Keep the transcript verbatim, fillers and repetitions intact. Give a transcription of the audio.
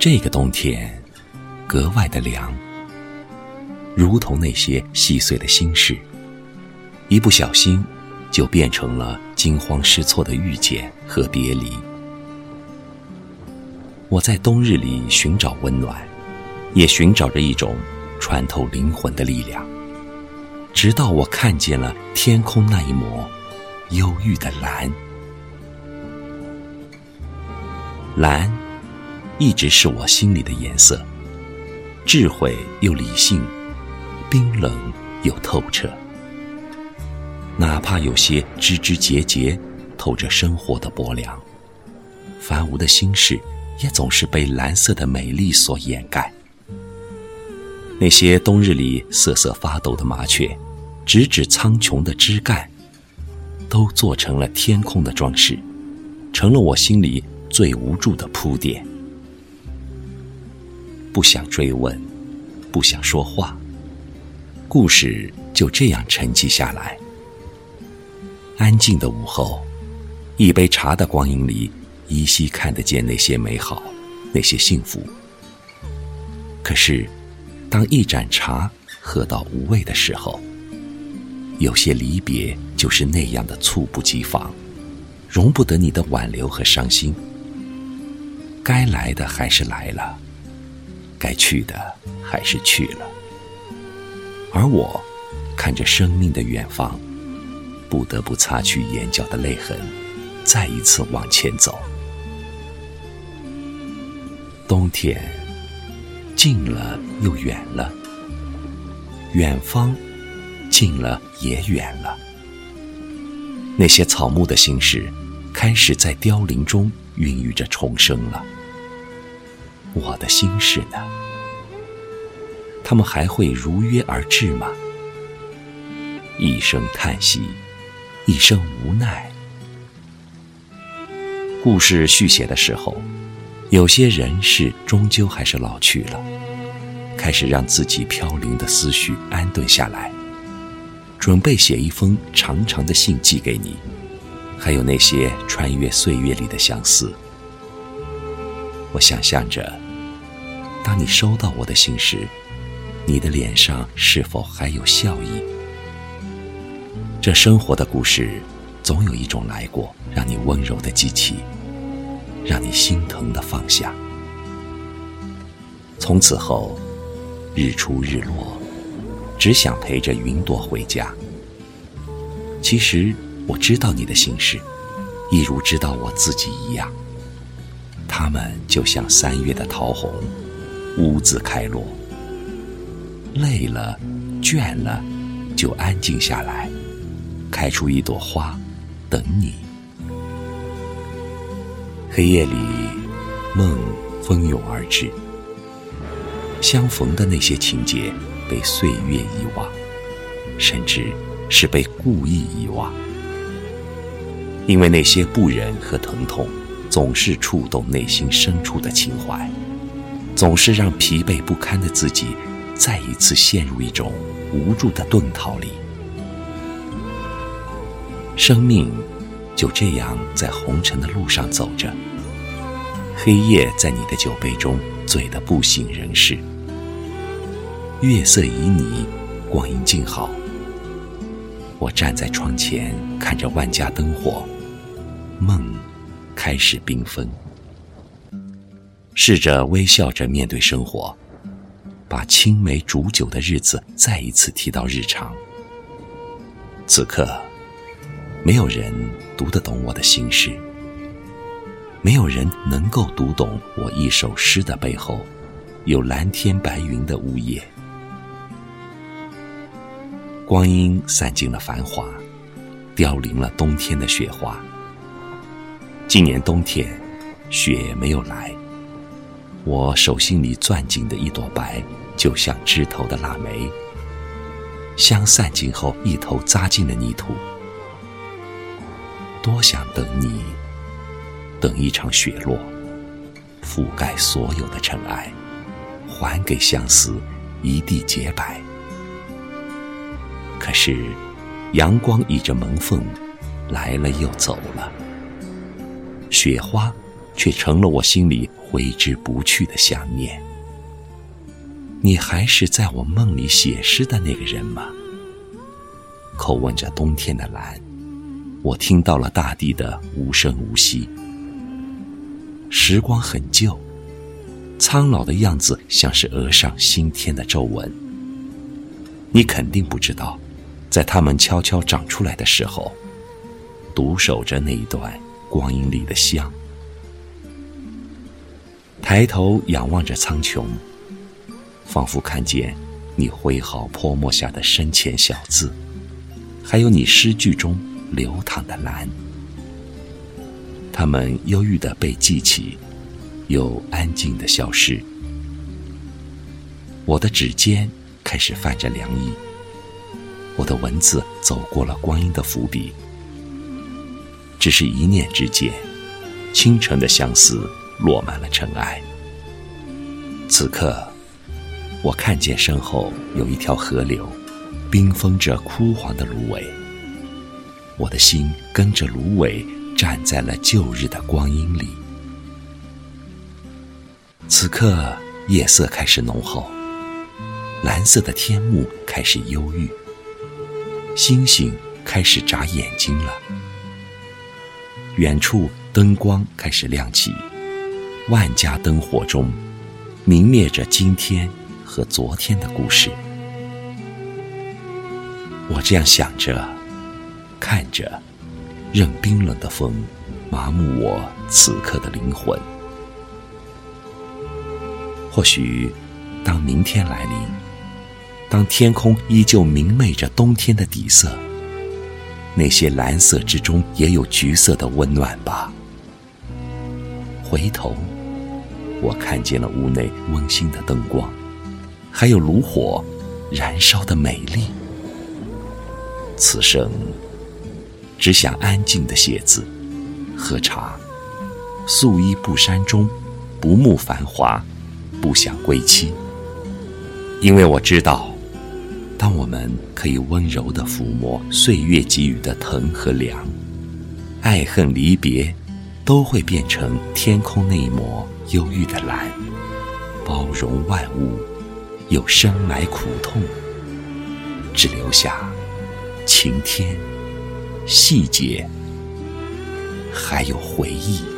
这个冬天格外的凉，如同那些细碎的心事，一不小心就变成了惊慌失措的遇见和别离。我在冬日里寻找温暖，也寻找着一种穿透灵魂的力量，直到我看见了天空那一抹忧郁的蓝。蓝一直是我心里的颜色，智慧又理性，冰冷又透彻。哪怕有些枝枝节节透着生活的薄凉，凡无的心事也总是被蓝色的美丽所掩盖。那些冬日里瑟瑟发抖的麻雀，直指苍穹的枝干，都做成了天空的装饰，成了我心里最无助的铺垫。不想追问，不想说话，故事就这样沉寂下来。安静的午后，一杯茶的光阴里，依稀看得见那些美好，那些幸福。可是当一盏茶喝到无味的时候，有些离别就是那样的猝不及防，容不得你的挽留和伤心。该来的还是来了，该去的还是去了。而我看着生命的远方，不得不擦去眼角的泪痕，再一次往前走。冬天近了又远了，远方近了也远了。那些草木的心事开始在凋零中孕育着重生了。我的心事呢？他们还会如约而至吗？一声叹息，一声无奈。故事续写的时候，有些人事终究还是老去了，开始让自己飘零的思绪安顿下来，准备写一封长长的信寄给你，还有那些穿越岁月里的相思。我想象着，当你收到我的信时，你的脸上是否还有笑意？这生活的故事，总有一种来过，让你温柔的记起，让你心疼的放下。从此后，日出日落，只想陪着云朵回家。其实我知道你的心事，一如知道我自己一样。它们就像三月的桃红，兀自开落。累了，倦了，就安静下来，开出一朵花，等你。黑夜里，梦蜂拥而至，相逢的那些情节被岁月遗忘，甚至是被故意遗忘。因为那些不忍和疼痛，总是触动内心深处的情怀，总是让疲惫不堪的自己再一次陷入一种无助的遁逃里。生命就这样在红尘的路上走着，黑夜在你的酒杯中醉得不省人事。月色旖旎，光阴静好。我站在窗前，看着万家灯火，梦开始缤纷。试着微笑着面对生活，把青梅煮酒的日子再一次提到日常。此刻，没有人读得懂我的心事，没有人能够读懂我一首诗的背后有蓝天白云的午夜。光阴散尽了繁华，凋零了冬天的雪花。今年冬天，雪没有来，我手心里攥紧的一朵白，就像枝头的腊梅，香散尽后一头扎进了泥土。多想等你，等一场雪落，覆盖所有的尘埃，还给相思一地洁白。可是阳光倚着门缝，来了又走了，雪花却成了我心里挥之不去的想念。你还是在我梦里写诗的那个人吗？叩问着冬天的蓝，我听到了大地的无声无息。时光很旧，苍老的样子像是额上新添的皱纹。你肯定不知道，在它们悄悄长出来的时候，独守着那一段光阴里的香。抬头仰望着苍穹，仿佛看见你挥毫泼墨下的深浅小字，还有你诗句中流淌的蓝。它们忧郁地被记起，又安静地消失。我的指尖开始泛着凉意，我的文字走过了光阴的伏笔。只是一念之间，清晨的相思落满了尘埃。此刻，我看见身后有一条河流，冰封着枯黄的芦苇。我的心跟着芦苇站在了旧日的光阴里。此刻，夜色开始浓厚，蓝色的天幕开始忧郁，星星开始眨眼睛了。远处灯光开始亮起，万家灯火中明灭着今天和昨天的故事。我这样想着，看着，任冰冷的风麻木我此刻的灵魂。或许当明天来临，当天空依旧明媚着冬天的底色，那些蓝色之中也有橘色的温暖吧。回头，我看见了屋内温馨的灯光，还有炉火燃烧的美丽。此生只想安静地写字，喝茶，素衣布衫中不慕繁华，不想归期。因为我知道，当我们可以温柔地抚摸岁月给予的疼和凉，爱恨离别都会变成天空那一抹忧郁的蓝，包容万物，又生来苦痛，只留下晴天、细节，还有回忆。